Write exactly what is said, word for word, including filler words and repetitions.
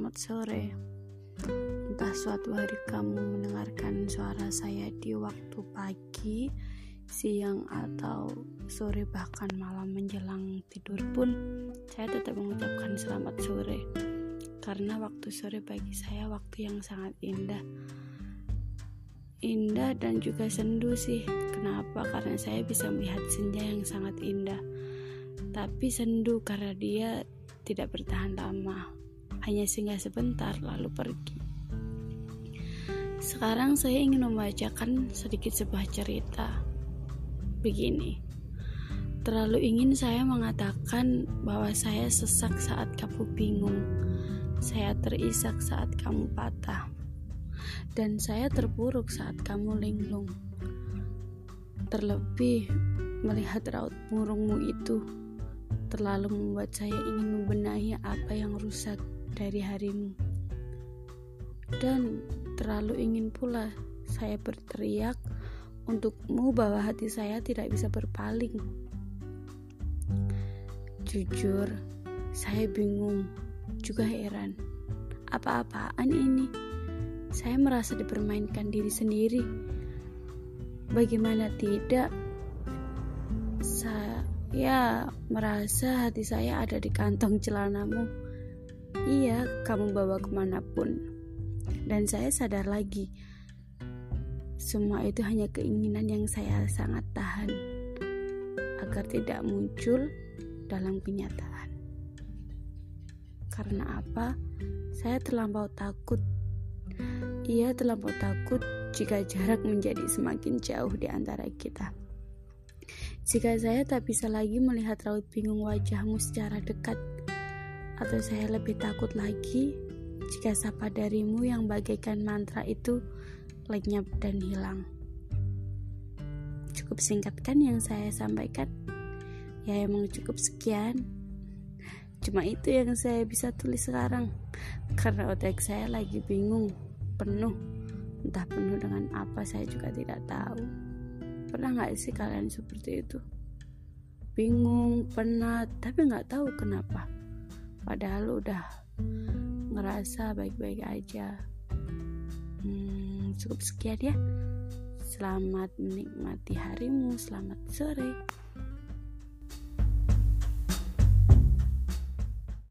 selamat sore. Entah suatu hari kamu mendengarkan suara saya di waktu pagi, siang, atau sore, bahkan malam menjelang tidur pun, saya tetap mengucapkan selamat sore. Karena waktu sore bagi saya waktu yang sangat indah. Indah dan juga sendu sih. Kenapa? Karena saya bisa melihat senja yang sangat indah. Tapi sendu karena dia tidak bertahan lama, hanya singgah sebentar lalu pergi. Sekarang saya ingin membacakan sedikit sebuah cerita. Begini, terlalu ingin saya mengatakan bahwa saya sesak saat kamu bingung, saya terisak saat kamu patah, dan saya terpuruk saat kamu linglung. Terlebih melihat raut murungmu itu terlalu membuat saya ingin membenahi apa yang rusak dari harimu. Dan terlalu ingin pula saya berteriak untukmu bahwa hati saya tidak bisa berpaling. Jujur, saya bingung, juga heran. Apa-apaan ini? Saya merasa dipermainkan diri sendiri. Bagaimana tidak? Saya Ya, merasa hati saya ada di kantong celanamu. Iya, kamu bawa kemanapun. Dan saya sadar lagi, semua itu hanya keinginan yang saya sangat tahan agar tidak muncul dalam kenyataan. Karena apa? Saya terlampau takut. Iya, terlampau takut jika jarak menjadi semakin jauh di antara kita. Jika saya tak bisa lagi melihat raut bingung wajahmu secara dekat, atau saya lebih takut lagi jika sapa darimu yang bagaikan mantra itu lenyap dan hilang. Cukup singkat kan yang saya sampaikan? Ya emang cukup sekian. Cuma itu yang saya bisa tulis sekarang, karena otak saya lagi bingung, penuh. Entah penuh dengan apa saya juga tidak tahu. Pernah gak sih kalian seperti itu? Bingung, penat, tapi gak tahu kenapa. Padahal udah ngerasa baik-baik aja. hmm, Cukup sekian ya. Selamat menikmati harimu. Selamat sore.